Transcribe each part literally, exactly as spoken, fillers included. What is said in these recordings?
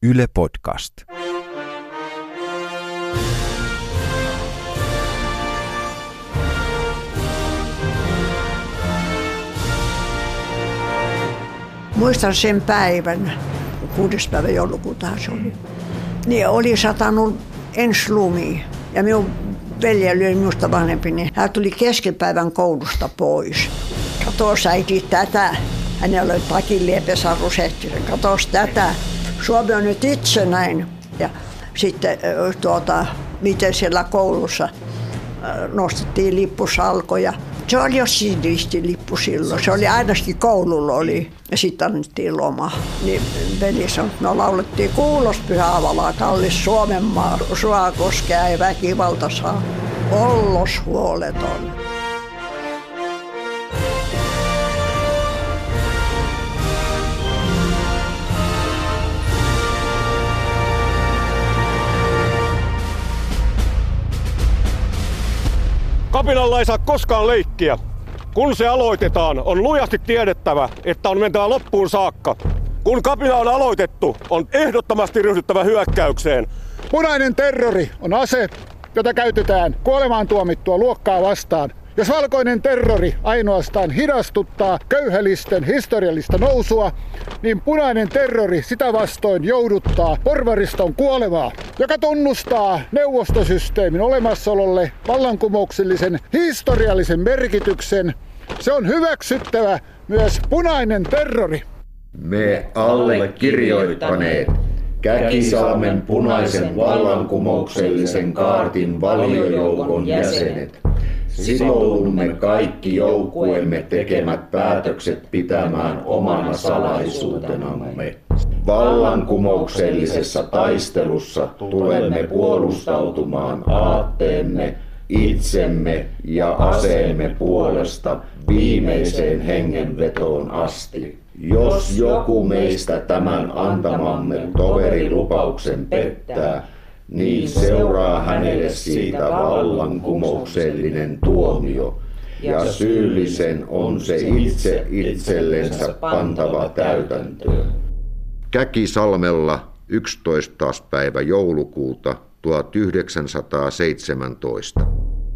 Yle Podcast. Muistan sen päivän, kuudes päivä joulukuuta se oli. Niin oli satanut ensi lumi ja minun veljeni oli minusta vanhempi, niin hän tuli keskipäivän koulusta pois. Katos äiti tätä. Hänellä oli takin liepesä rusehtinen. Katos tätä. Suomi on nyt itsenäinen. Ja sitten tuota, miten siellä koulussa nostettiin lippusalkoja. Se oli jo siististi lippu silloin. Se oli ainakin koululla oli. Ja sitten annettiin loma. Niin veli sanoi, että no laulettiin kuulos Pyhävalaa, kallis Suomenmaa, sua koskea ei väkivalta saa. Ollos huoleton. Kapinalla ei saa koskaan leikkiä. Kun se aloitetaan, on lujasti tiedettävä, että on mentävä loppuun saakka. Kun kapina on aloitettu, on ehdottomasti ryhdyttävä hyökkäykseen. Punainen terrori on ase, jota käytetään kuolemaan tuomittua luokkaa vastaan. Jos valkoinen terrori ainoastaan hidastuttaa köyhälisten historiallista nousua, niin punainen terrori sitä vastoin jouduttaa porvariston kuolemaa, joka tunnustaa neuvostosysteemin olemassaololle vallankumouksellisen historiallisen merkityksen. Se on hyväksyttävä myös punainen terrori. Me allekirjoittaneet Käkisalmen punaisen vallankumouksellisen kaartin valiojoukon jäsenet sitoudumme kaikki joukkueemme tekemät päätökset pitämään omana salaisuutenamme. Vallankumouksellisessa taistelussa tulemme puolustautumaan aatteemme, itsemme ja aseemme puolesta viimeiseen hengenvetoon asti. Jos joku meistä tämän antamamme toverilupauksen pettää, niin seuraa hänelle siitä vallankumouksellinen tuomio, ja syyllisen on se itse itsellensä pantava täytäntöön. Käkisalmella yhdestoista päivä joulukuuta tuhatyhdeksänsataaseitsemäntoista.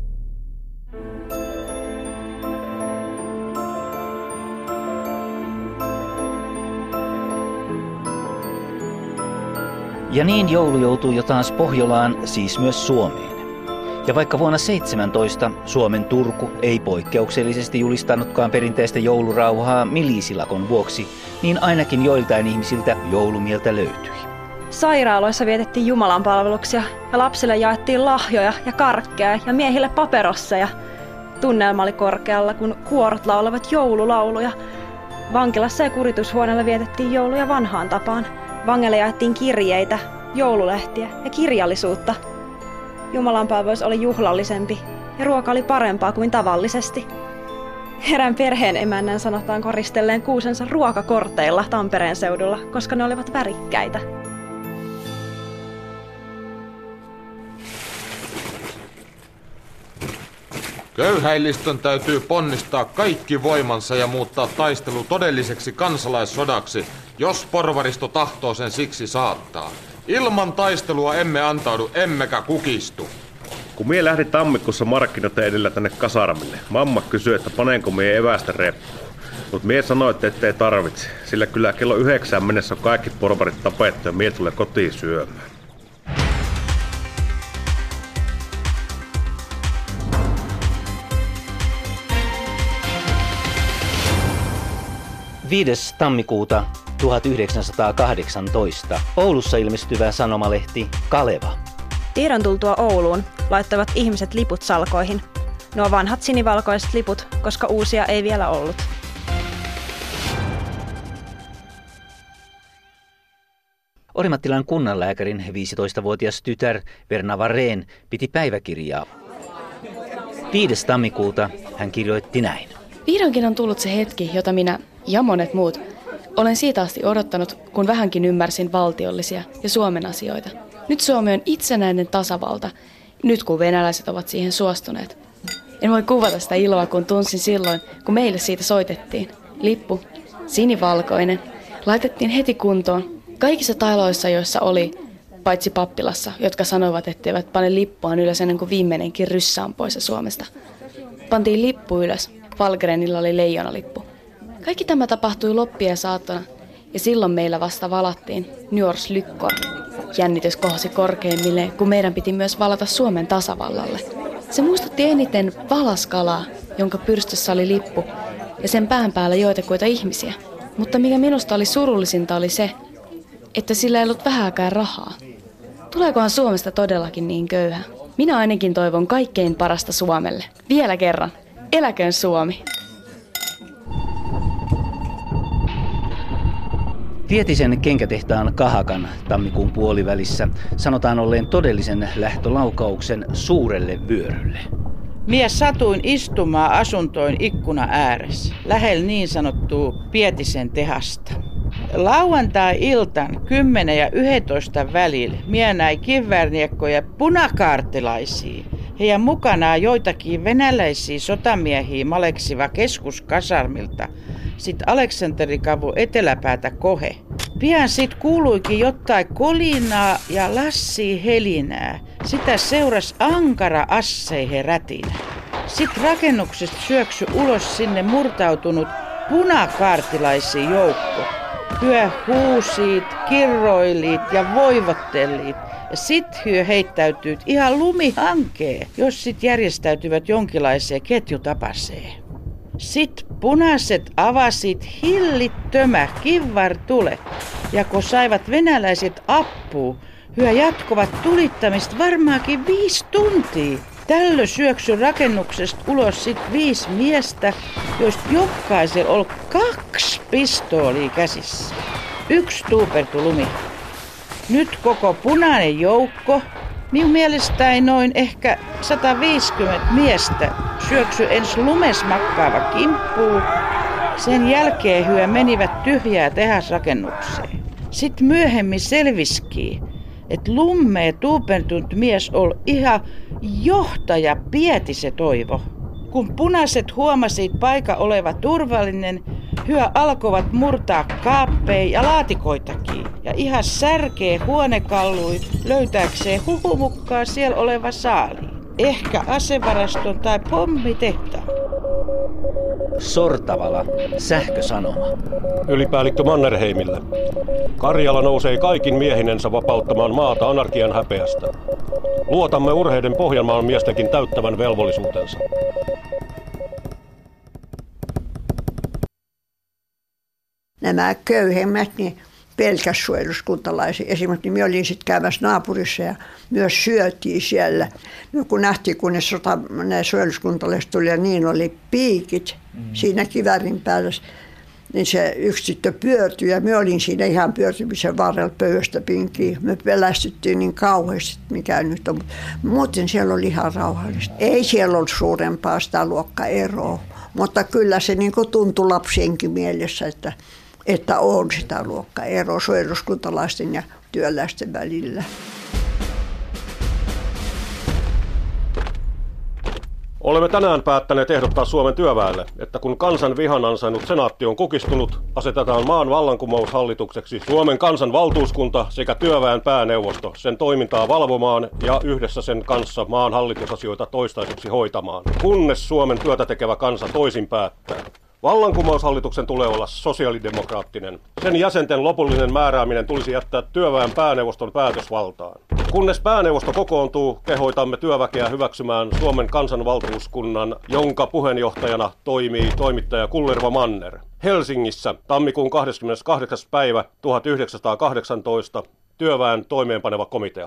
Ja niin joulu joutui jo taas Pohjolaan, siis myös Suomeen. Ja vaikka vuonna seitsemäntoista Suomen Turku ei poikkeuksellisesti julistanutkaan perinteistä joulurauhaa miliisilakon vuoksi, niin ainakin joiltain ihmisiltä joulumieltä löytyi. Sairaaloissa vietettiin jumalanpalveluksia ja lapsille jaettiin lahjoja ja karkkeja ja miehille paperosseja. Tunnelma oli korkealla, kun kuorot laulavat joululauluja. Vankilassa ja kuritushuoneella vietettiin jouluja vanhaan tapaan. Vangeille jaettiin kirjeitä, joululehtiä ja kirjallisuutta. Jumalanpalvelus oli juhlallisempi ja ruoka oli parempaa kuin tavallisesti. Erään perheen emännän sanotaan koristelleen kuusensa ruokakorteilla Tampereen seudulla, koska ne olivat värikkäitä. Köyhäillistön täytyy ponnistaa kaikki voimansa ja muuttaa taistelu todelliseksi kansalaissodaksi, jos porvaristo tahtoo sen siksi saattaa. Ilman taistelua emme antaudu, emmekä kukistu. Kun mie lähdin tammikuussa markkinoita edellä tänne kasarmille, mamma kysyi, että panenko mie evästä reppuun. Mut mie sanoi, että ettei tarvitse, sillä kyllä kello yhdeksään mennessä on kaikki porvarit tapettu ja mie tulee kotiin syömään. viides tammikuuta tuhatyhdeksänsataakahdeksantoista Oulussa ilmestyvä sanomalehti Kaleva. Tiedon tultua Ouluun laittavat ihmiset liput salkoihin. Nuo vanhat sinivalkoiset liput, koska uusia ei vielä ollut. Orimattilan kunnanlääkärin viisitoistavuotias tytär Verna Vareen piti päiväkirjaa. viides tammikuuta hän kirjoitti näin. Vihdoinkin on tullut se hetki, jota minä ja monet muut olen siitä asti odottanut, kun vähänkin ymmärsin valtiollisia ja Suomen asioita. Nyt Suomi on itsenäinen tasavalta, nyt kun venäläiset ovat siihen suostuneet. En voi kuvata sitä iloa, kun tunsin silloin, kun meille siitä soitettiin. Lippu, sinivalkoinen, laitettiin heti kuntoon Kaikissa taloissa, joissa oli, paitsi pappilassa, jotka sanoivat, etteivät pane lippuaan ylös ennen kuin viimeinenkin ryssä on pois Suomesta, pantiin lippu ylös. Valgrenilla oli leijonalippu. Kaikki tämä tapahtui loppien saattona, ja silloin meillä vasta valattiin Nyors-lykkoa. Jännitys kohosi korkeimmille, kun meidän piti myös valata Suomen tasavallalle. Se muistutti eniten valaskalaa, jonka pyrstössä oli lippu, ja sen pään päällä joitakuita ihmisiä. Mutta mikä minusta oli surullisinta oli se, että sillä ei ollut vähääkään rahaa. Tuleekohan Suomesta todellakin niin köyhä? Minä ainakin toivon kaikkein parasta Suomelle. Vielä kerran, eläköön Suomi! Vietisen kenkätehtaan Kahakan tammikuun puolivälissä sanotaan olleen todellisen lähtölaukauksen suurelle vyörylle. Mies satuin istumaan asuntoin ikkuna ääressä, lähellä niin sanottua Pietisen tehasta. Lauantai-iltan kymmenen ja yksitoista välillä mie näin kivääriekkoja punakaartilaisia. Heidän mukanaan joitakin venäläisiä sotamiehiä maleksiva keskuskasarmilta, sit Aleksanterikavun eteläpäätä kohe. Pian sit kuuluikin jotain kolinaa ja lassia helinää. Sitä seurasi ankara asseihin rätinä. Sit rakennuksesta syöksy ulos sinne murtautunut punakaartilaisia joukko. Hyö huusiit, kirroiliit ja voivottelliit. Ja sit hyö heittäytyyt ihan lumihankeen, jos sit järjestäytyvät jonkinlaiseen ketjutapaseen. Sit punaiset avasit hillittömä kivartule, ja kun saivat venäläiset appuu, hyö jatkovat tulittamista varmaankin viisi tuntia. Tällöin syöksy rakennuksesta ulos sit viisi miestä, joista jokaisella oli kaksi pistoolia käsissä. Yksi tuupertui lumi. Nyt koko punainen joukko, minun mielestäni noin ehkä sata viisikymmentä miestä, syöksy ens lumes makkaava kimppuun. Sen jälkeen hyö menivät tyhjää tehasrakennukseen. Sitten myöhemmin selviski, että lummeen tuupentunut mies oli ihan johtaja Pietise Toivo. Kun punaiset huomasivat paikka oleva turvallinen, hyö alkoivat murtaa kaappeja ja laatikoitakin. Ja ihan särkee huonekallui löytääkseen huhumukkaa siellä oleva saali. Ehkä asevaraston tai pommitehtaan. Sortavala, sähkösanoma. Ylipäällikkö Mannerheimille. Karjala nousee kaikin miehinensä vapauttamaan maata anarkian häpeästä. Luotamme urheiden Pohjanmaan miestenkin täyttävän velvollisuutensa. Nämä köyhemmät niin pelkäs suojeluskuntalaisia. Esimerkiksi minä olin sitten käymässä naapurissa ja myös syötiin siellä. No, kun nähtiin, kun ne, sota, ne suojeluskuntalaiset tuli ja niin oli piikit mm. siinä kiväärin päällä, niin se yksi tyttö pyörtyi ja minä olin siinä ihan pyörtymisen varrella pöydästä pinkiin. Me pelästyttiin niin kauheasti, mikä nyt on. Muuten siellä oli ihan rauhallista. Ei siellä ollut suurempaa sitä luokkaeroa, mutta kyllä se niin kuin tuntui lapsienkin mielessä, että että on sitä luokkaeroa suojeluskuntalaisten ja työläisten välillä. Olemme tänään päättäneet ehdottaa Suomen työväelle, että kun kansan vihan ansainnut senaatti on kukistunut, asetetaan maan vallankumoushallitukseksi Suomen kansan valtuuskunta sekä työväen pääneuvosto sen toimintaa valvomaan ja yhdessä sen kanssa maan hallitusasioita toistaiseksi hoitamaan, kunnes Suomen työtä tekevä kansa toisin päättää. Vallankumoushallituksen tulee olla sosiaalidemokraattinen. Sen jäsenten lopullinen määrääminen tulisi jättää työväen pääneuvoston päätösvaltaan. Kunnes pääneuvosto kokoontuu, kehoitamme työväkeä hyväksymään Suomen kansanvaltuuskunnan, jonka puheenjohtajana toimii toimittaja Kullervo Manner. Helsingissä tammikuun kahdeskymmeneskahdeksas päivä tuhatyhdeksänsataakahdeksantoista työväen toimeenpaneva komitea.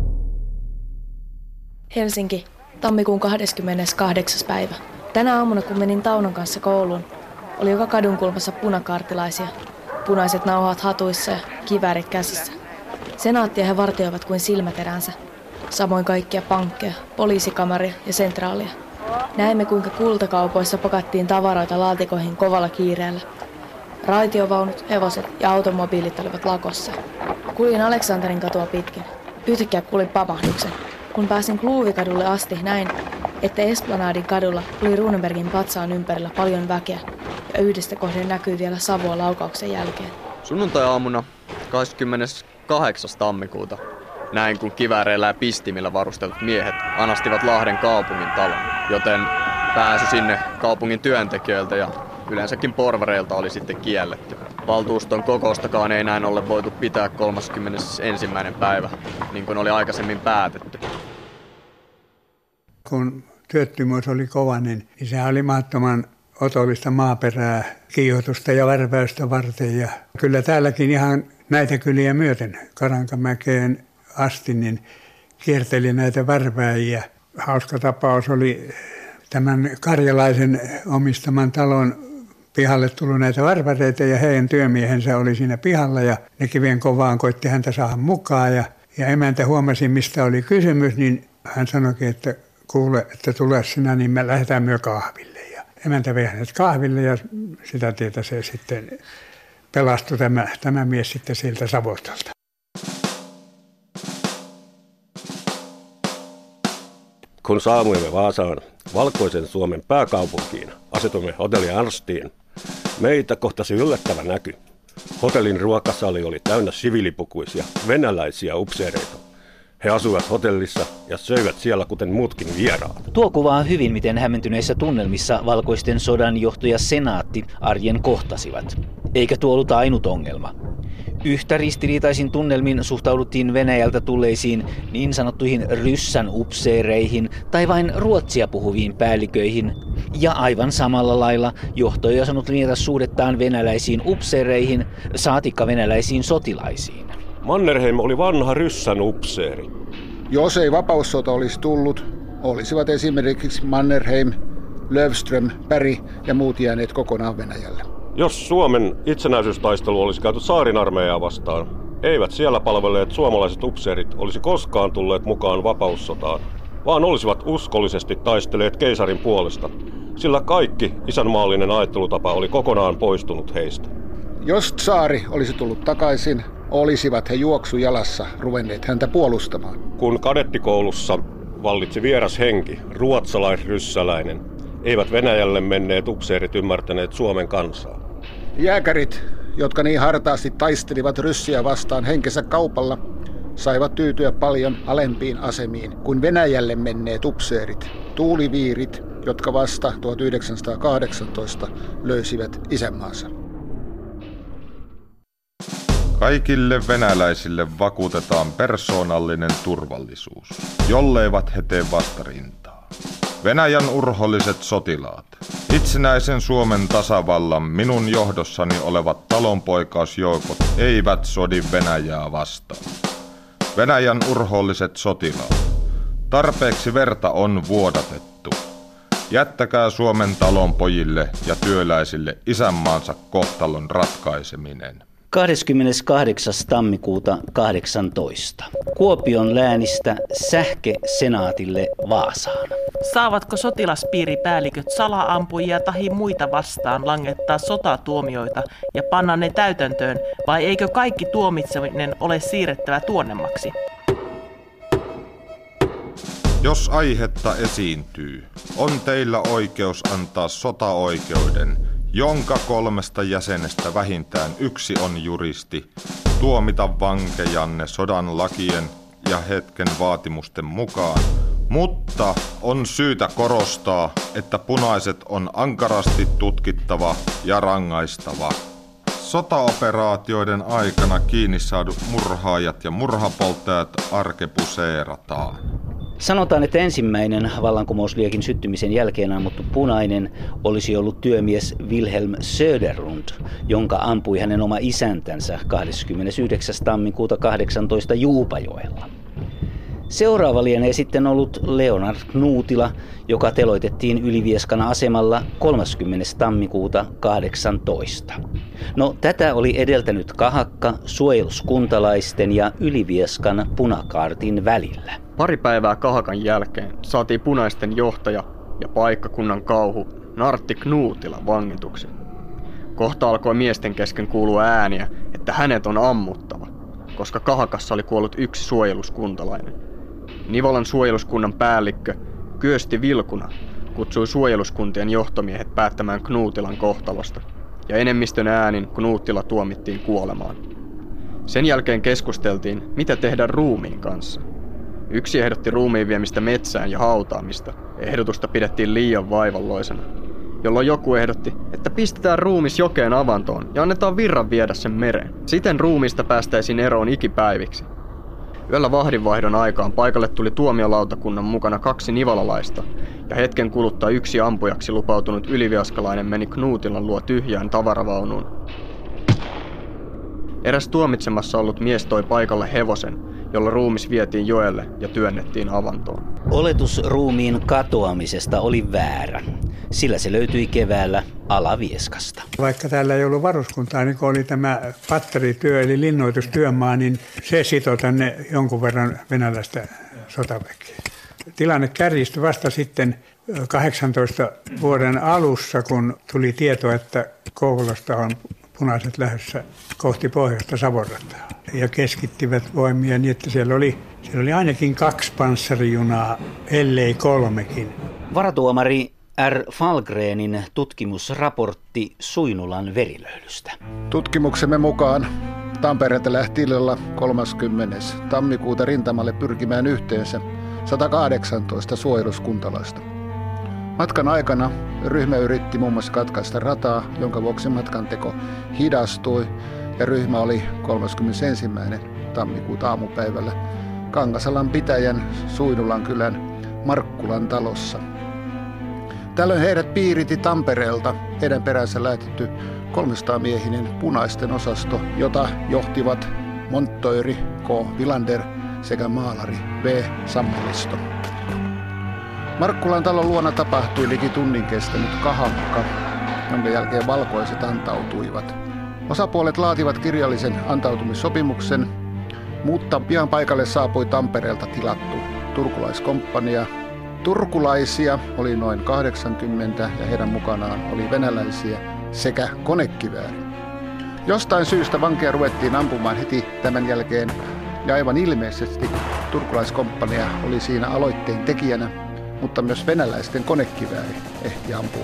Helsinki, tammikuun kahdeskymmeneskahdeksas päivä. Tänä aamuna, kun menin Taunon kanssa kouluun, oli joka kadunkulmassa punakaartilaisia, punaiset nauhat hatuissa ja kiväärit käsissä. Senaattia he vartioivat kuin silmäteränsä, samoin kaikkia pankkeja, poliisikamaria ja sentraalia. Näimme, kuinka kultakaupoissa pakattiin tavaroita laatikoihin kovalla kiireellä. Raitiovaunut, hevoset ja automobiilit olivat lakossa. Kuljin Aleksanterin katua pitkin. Yhtäkkiä kuulin pamahduksen. Kun pääsin Kluuvikadulle asti, näin, että Esplanadin kadulla oli Runebergin patsaan ympärillä paljon väkeä ja yhdestä kohden näkyi vielä savua laukauksen jälkeen. Sunnuntai-aamuna kahdeskymmeneskahdeksas tammikuuta näin, kun kivääreillä ja pistimillä varustetut miehet anastivat Lahden kaupungin talon, joten pääsy sinne kaupungin työntekijöiltä ja yleensäkin porvareilta oli sitten kielletty. Valtuuston kokoustakaan ei näin ollen voitu pitää kolmaskymmenesensimmäinen päivä, niin kuin oli aikaisemmin päätetty. Kun työttömyys oli kova, niin sehän oli mahdottoman otollista maaperää, kiihotusta ja värväystä varten. Ja kyllä täälläkin ihan näitä kyliä myöten Karankamäkeen asti niin kierteli näitä värvääjiä. Hauska tapaus oli tämän karjalaisen omistaman talon pihalle tullut näitä värväreitä ja heidän työmiehensä oli siinä pihalla ja ne kivien kovaan koitti häntä saada mukaan. Ja, ja emäntä huomasi, mistä oli kysymys, niin hän sanoikin, että kuule, että tule sinä, niin me lähdetään myö kahville. Ja emäntä vei hänet kahville ja sitä tietä se sitten pelastui tämä, tämä mies sitten siltä savotolta. Kun saavuimme Vaasaan, valkoisen Suomen pääkaupunkiin, asetuimme hotelli Arstiin. Meitä kohtasi yllättävä näky. Hotellin ruokasali oli täynnä siviilipukuisia venäläisiä upseereita. He asuivat hotellissa ja söivät siellä kuten muutkin vieraat. Tuo kuvaa hyvin, miten hämmentyneissä tunnelmissa valkoisten sodan johto ja senaatti arjen kohtasivat. Eikä tuo ollut ainut ongelma. Yhtä ristiriitaisin tunnelmin suhtauduttiin Venäjältä tulleisiin niin sanottuihin ryssän upseereihin tai vain ruotsia puhuviin päälliköihin. Ja aivan samalla lailla johto ei osannut linjata suhdettaan venäläisiin upseereihin, saatikka venäläisiin sotilaisiin. Mannerheim oli vanha ryssän upseeri. Jos ei vapaussota olisi tullut, olisivat esimerkiksi Mannerheim, Löfström, Päri ja muut jääneet kokonaan Venäjälle. Jos Suomen itsenäisyystaistelu olisi käyty saarin armeijaa vastaan, eivät siellä palvelleet suomalaiset upseerit olisi koskaan tulleet mukaan vapaussotaan, vaan olisivat uskollisesti taistelleet keisarin puolesta, sillä kaikki isänmaallinen ajattelutapa oli kokonaan poistunut heistä. Jos tsaari olisi tullut takaisin, olisivat he juoksujalassa ruvenneet häntä puolustamaan. Kun kadettikoulussa vallitsi vieras henki, ruotsalais-ryssäläinen, eivät Venäjälle menneet upseerit ymmärtäneet Suomen kansaa. Jääkärit, jotka niin hartaasti taistelivat ryssiä vastaan henkensä kaupalla, saivat tyytyä paljon alempiin asemiin kuin Venäjälle menneet upseerit, tuuliviirit, jotka vasta tuhatyhdeksänsataakahdeksantoista löysivät isänmaansa. Kaikille venäläisille vakuutetaan persoonallinen turvallisuus, jolleivat he tee vastarintaa. Venäjän urholliset sotilaat, itsenäisen Suomen tasavallan minun johdossani olevat talonpoikaisjoukot eivät sodi Venäjää vastaan. Venäjän urholliset sotilaat, tarpeeksi verta on vuodatettu. Jättäkää Suomen talonpojille ja työläisille isänmaansa kohtalon ratkaiseminen. kahdeskymmeneskahdeksas tammikuuta kahdeksantoista. Kuopion läänistä sähke senaatille Vaasaan. Saavatko sotilaspiiripäälliköt salaampujia tahi muita vastaan langettaa sotatuomioita ja panna ne täytäntöön, vai eikö kaikki tuomitseminen ole siirrettävä tuonnemmaksi? Jos aihetta esiintyy, on teillä oikeus antaa sotaoikeuden, jonka kolmesta jäsenestä vähintään yksi on juristi, tuomita vankejanne sodan lakien ja hetken vaatimusten mukaan, mutta on syytä korostaa, että punaiset on ankarasti tutkittava ja rangaistava. Sotaoperaatioiden aikana kiinni saadut murhaajat ja murhapolttajat arkebuseerataan. Sanotaan, että ensimmäinen vallankumousliekin syttymisen jälkeen ammuttu punainen olisi ollut työmies Wilhelm Söderlund, jonka ampui hänen oma isäntänsä kahdeskymmenesyhdeksäs tammikuuta kahdeksantoista Juupajoella. Seuraava lienee sitten ollut Leonard Knuutila, joka teloitettiin Ylivieskan asemalla kolmaskymmenes tammikuuta kahdeksantoista. No, tätä oli edeltänyt kahakka suojeluskuntalaisten ja Ylivieskan punakaartin välillä. Pari päivää kahakan jälkeen saatiin punaisten johtaja ja paikkakunnan kauhu Nartti Knuutila vangituksi. Kohta alkoi miesten kesken kuulua ääniä, että hänet on ammuttava, koska kahakassa oli kuollut yksi suojeluskuntalainen. Nivolan suojeluskunnan päällikkö Kyösti Vilkuna kutsui suojeluskuntien johtomiehet päättämään Knuutilan kohtalosta, ja enemmistön äänin Knuutila tuomittiin kuolemaan. Sen jälkeen keskusteltiin, mitä tehdä ruumiin kanssa. Yksi ehdotti ruumiin viemistä metsään ja hautaamista. Ehdotusta pidettiin liian vaivalloisena. Jolloin joku ehdotti, että pistetään ruumis jokeen avantoon ja annetaan virran viedä sen mereen. Siten ruumista päästäisiin eroon ikipäiviksi. Yöllä vahdinvaihdon aikaan paikalle tuli tuomiolautakunnan mukana kaksi nivalalaista, ja hetken kuluttua yksi ampujaksi lupautunut yliviaskalainen meni Knutilan luo tyhjään tavaravaunuun. Eräs tuomitsemassa ollut mies toi paikalle hevosen, jolla ruumis vietiin joelle ja työnnettiin avantoon. Oletus ruumiin katoamisesta oli väärä, sillä se löytyi keväällä Alavieskasta. Vaikka täällä ei ollut varuskuntaa, niin kun oli tämä patterityö eli linnoitustyömaa, niin se sitoi tänne jonkun verran venäläistä sotaväkeä. Tilanne kärjistyi vasta sitten kahdeksantoista vuoden alussa, kun tuli tieto, että Kouvolasta on punaiset lähdössä kohti pohjoista Savonrataa. Ja keskittivät voimia niin, että siellä oli, siellä oli ainakin kaksi panssarijunaa, ellei kolmekin. Varatuomari R. Falgrenin tutkimusraportti Suinulan verilöylystä. Tutkimuksemme mukaan Tampereelta lähti illalla kolmaskymmenes tammikuuta rintamalle pyrkimään yhteensä sata kahdeksantoista suojeluskuntalaista. Matkan aikana ryhmä yritti muun muassa katkaista rataa, jonka vuoksi matkan teko hidastui, ja ryhmä oli kolmaskymmenesensimmäinen tammikuuta aamupäivällä Kangasalan pitäjän Suinulan kylän Markkulan talossa. Tällöin heidät piiritti Tampereelta heidän peränsä lähetetty kolmesataa miehinen punaisten osasto, jota johtivat monttööri K. Vilander sekä maalari V. Sammelisto. Markkulan talon luona tapahtui liki tunnin kestänyt kahakka, jonka jälkeen valkoiset antautuivat. Osapuolet laativat kirjallisen antautumissopimuksen, mutta pian paikalle saapui Tampereelta tilattu turkulaiskomppania. Turkulaisia oli noin kahdeksankymmentä ja heidän mukanaan oli venäläisiä sekä konekivääri. Jostain syystä vankeja ruvettiin ampumaan heti tämän jälkeen ja aivan ilmeisesti turkulaiskomppania oli siinä aloitteen tekijänä, mutta myös venäläisten konekivääri ehti ampua.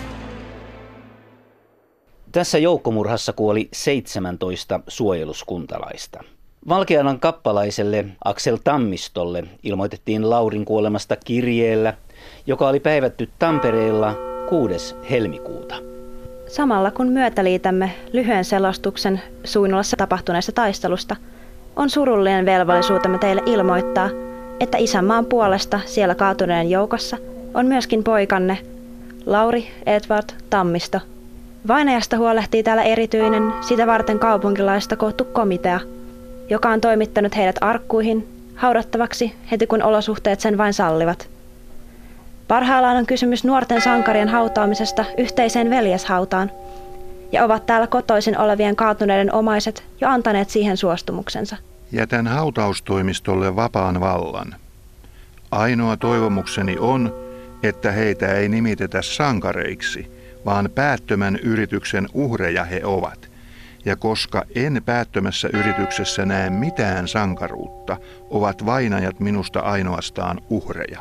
Tässä joukkomurhassa kuoli seitsemäntoista suojeluskuntalaista. Valkealan kappalaiselle Aksel Tammistolle ilmoitettiin Laurin kuolemasta kirjeellä, joka oli päivätty Tampereella kuudes helmikuuta. Samalla kun myötäliitämme lyhyen selostuksen Suinulassa tapahtuneesta taistelusta, on surullinen velvollisuutemme teille ilmoittaa, että isänmaan puolesta siellä kaatuneen joukossa on myöskin poikanne Lauri Edvard Tammisto. Vainajasta huolehtii täällä erityinen sitä varten kaupunkilaista koottu komitea, joka on toimittanut heidät arkkuihin haudattavaksi heti kun olosuhteet sen vain sallivat. Parhaillaan on kysymys nuorten sankarien hautaamisesta yhteiseen veljeshautaan, ja ovat täällä kotoisin olevien kaatuneiden omaiset jo antaneet siihen suostumuksensa. Jätän hautaustoimistolle vapaan vallan. Ainoa toivomukseni on, että heitä ei nimitetä sankareiksi, vaan päättömän yrityksen uhreja he ovat. Ja koska en päättömässä yrityksessä näe mitään sankaruutta, ovat vainajat minusta ainoastaan uhreja.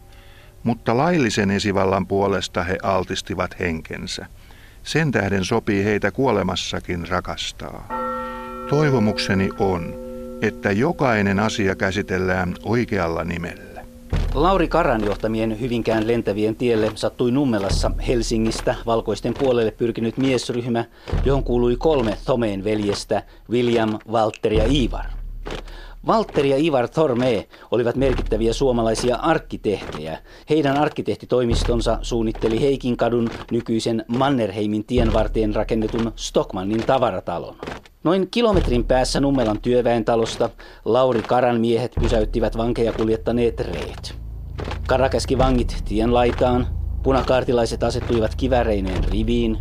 Mutta laillisen esivallan puolesta he altistivat henkensä. Sen tähden sopii heitä kuolemassakin rakastaa. Toivomukseni on, että jokainen asia käsitellään oikealla nimellä. Lauri Karan johtamien Hyvinkään lentävien tielle sattui Nummelassa Helsingistä valkoisten puolelle pyrkinyt miesryhmä, johon kuului kolme Thomeen veljestä, William, Walter ja Ivar. Walter ja Ivar Thorme olivat merkittäviä suomalaisia arkkitehtejä. Heidän arkkitehtitoimistonsa suunnitteli Heikinkadun nykyisen Mannerheimin tien varteen rakennetun Stockmannin tavaratalon. Noin kilometrin päässä Nummelan työväentalosta Lauri Karan miehet pysäyttivät vankeja kuljettaneet reet. Kara käski vangit tien laitaan, punakaartilaiset asettuivat kiväreineen riviin.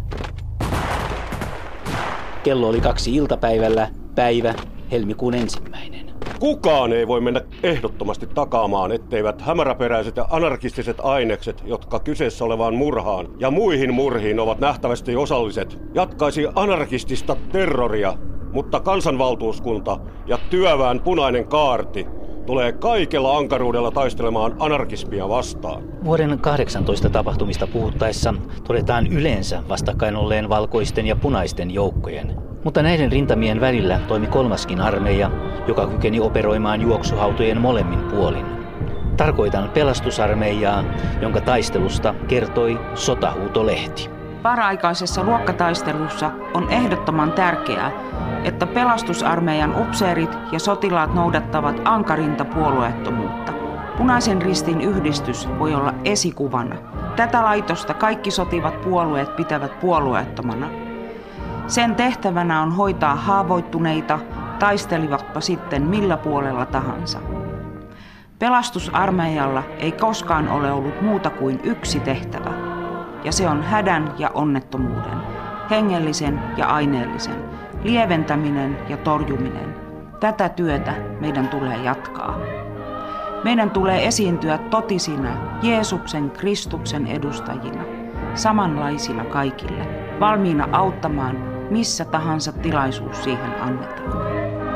Kello oli kaksi iltapäivällä, päivä helmikuun ensimmäinen. Kukaan ei voi mennä ehdottomasti takaamaan, etteivät hämäräperäiset ja anarkistiset ainekset, jotka kyseessä olevaan murhaan ja muihin murhiin ovat nähtävästi osalliset, jatkaisi anarkistista terroria, mutta kansanvaltuuskunta ja työväen punainen kaarti tulee kaikella ankaruudella taistelemaan anarkismia vastaan. Vuoden kahdeksantoista tapahtumista puhuttaessa todetaan yleensä vastakkain olleen valkoisten ja punaisten joukkojen Mutta näiden rintamien välillä toimi kolmaskin armeija, joka kykeni operoimaan juoksuhautojen molemmin puolin. Tarkoitan pelastusarmeijaa, jonka taistelusta kertoi Sotahuutolehti. Paraikaisessa luokkataistelussa on ehdottoman tärkeää, että pelastusarmeijan upseerit ja sotilaat noudattavat ankarinta puolueettomuutta. Punaisen ristin yhdistys voi olla esikuvana. Tätä laitosta kaikki sotivat puolueet pitävät puolueettomana. Sen tehtävänä on hoitaa haavoittuneita, taistelivatpa sitten millä puolella tahansa. Pelastusarmeijalla ei koskaan ole ollut muuta kuin yksi tehtävä, ja se on hädän ja onnettomuuden, hengellisen ja aineellisen, lieventäminen ja torjuminen. Tätä työtä meidän tulee jatkaa. Meidän tulee esiintyä totisina Jeesuksen Kristuksen edustajina, samanlaisina kaikille, valmiina auttamaan missä tahansa tilaisuus siihen annetaan.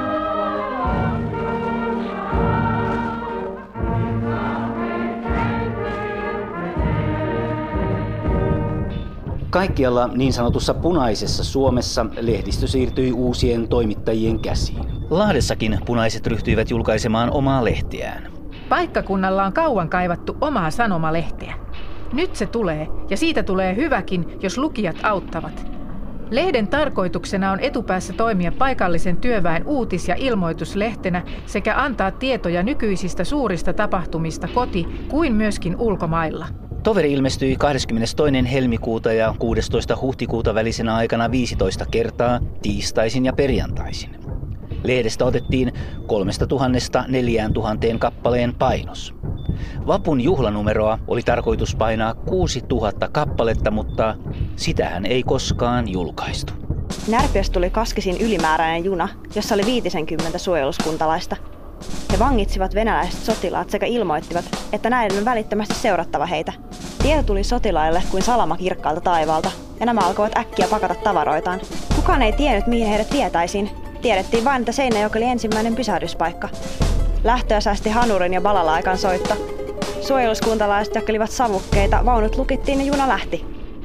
Kaikkialla niin sanotussa punaisessa Suomessa lehdistö siirtyi uusien toimittajien käsiin. Lahdessakin punaiset ryhtyivät julkaisemaan omaa lehteään. Paikkakunnalla on kauan kaivattu omaa sanomalehteä. Nyt se tulee, ja siitä tulee hyväkin, jos lukijat auttavat. Lehden tarkoituksena on etupäässä toimia paikallisen työväen uutis- ja ilmoituslehtenä sekä antaa tietoja nykyisistä suurista tapahtumista koti- kuin myöskin ulkomailla. Toveri ilmestyi kahdeskymmenestoinen helmikuuta ja kuudestoista huhtikuuta välisenä aikana viisitoista kertaa tiistaisin ja perjantaisin. Lehdestä otettiin kolmesta tuhannesta neljään tuhanteen kappaleen painos. Vapun juhlanumeroa oli tarkoitus painaa kuusituhatta kappaletta, mutta sitähän ei koskaan julkaistu. Närpiöstä tuli kaskisin ylimääräinen juna, jossa oli viitisenkymmentä suojeluskuntalaista. He vangitsivat venäläiset sotilaat sekä ilmoittivat, että näiden on välittömästi seurattava heitä. Tieto tuli sotilaille kuin salama kirkkaalta taivaalta, ja nämä alkoivat äkkiä pakata tavaroitaan. Kukaan ei tiennyt, mihin heidät vietäisiin. Tiedettiin vain, että Seinäjoki oli ensimmäinen pysähdyspaikka. Lähtöä säästi hanurin ja balalaikan soitto. Suojeluskuntalaiset jakelivat savukkeita, vaunut lukittiin ja juna lähti.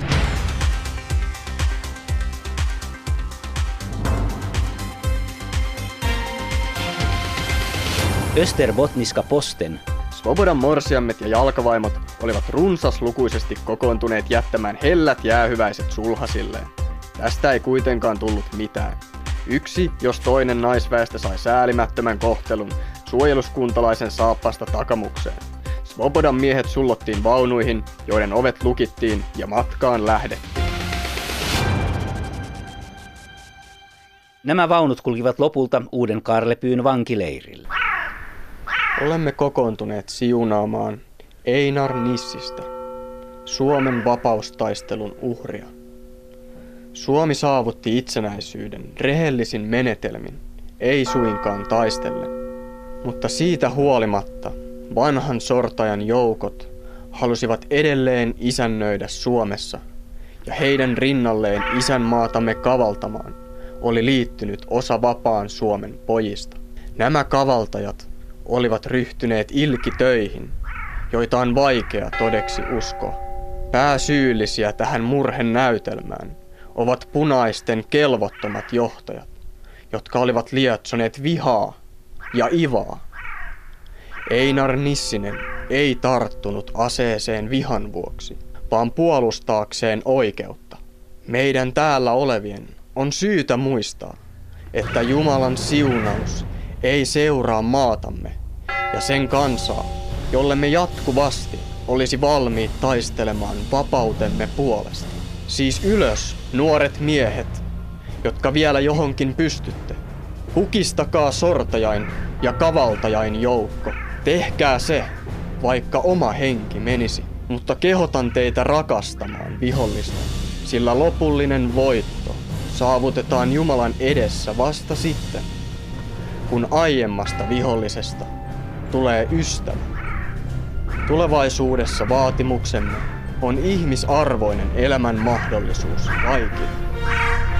Österbotniska Posten. Svobodan morsiammet ja jalkavaimot olivat runsaslukuisesti kokoontuneet jättämään hellät jäähyväiset sulhasilleen. Tästä ei kuitenkaan tullut mitään. Yksi, jos toinen naisväestö sai säälimättömän kohtelun suojeluskuntalaisen saappasta takamukseen. Svobodan miehet sullottiin vaunuihin, joiden ovet lukittiin ja matkaan lähdettiin. Nämä vaunut kulkivat lopulta Uuden Karlepyyn vankileirillä. Olemme kokoontuneet siunaamaan Einar Nissistä, Suomen vapaustaistelun uhria. Suomi saavutti itsenäisyyden rehellisin menetelmin, ei suinkaan taistellen. Mutta siitä huolimatta vanhan sortajan joukot halusivat edelleen isännöidä Suomessa, ja heidän rinnalleen isänmaatamme kavaltamaan oli liittynyt osa vapaan Suomen pojista. Nämä kavaltajat olivat ryhtyneet ilkitöihin, joita on vaikea todeksi uskoa. Pääsyyllisiä tähän murhenäytelmään ovat punaisten kelvottomat johtajat, jotka olivat lietsoneet vihaa ja ivaa. Einar Nissinen ei tarttunut aseeseen vihan vuoksi, vaan puolustaakseen oikeutta. Meidän täällä olevien on syytä muistaa, että Jumalan siunaus ei seuraa maatamme ja sen kansaa, jolle me jatkuvasti olisi valmiit taistelemaan vapautemme puolesta. Siis ylös, nuoret miehet, jotka vielä johonkin pystytte. Kukistakaa sortajain ja kavaltajain joukko. Tehkää se, vaikka oma henki menisi. Mutta kehotan teitä rakastamaan vihollista, sillä lopullinen voitto saavutetaan Jumalan edessä vasta sitten, kun aiemmasta vihollisesta tulee ystävä. Tulevaisuudessa vaatimuksemme on ihmisarvoinen elämän mahdollisuus kaikille.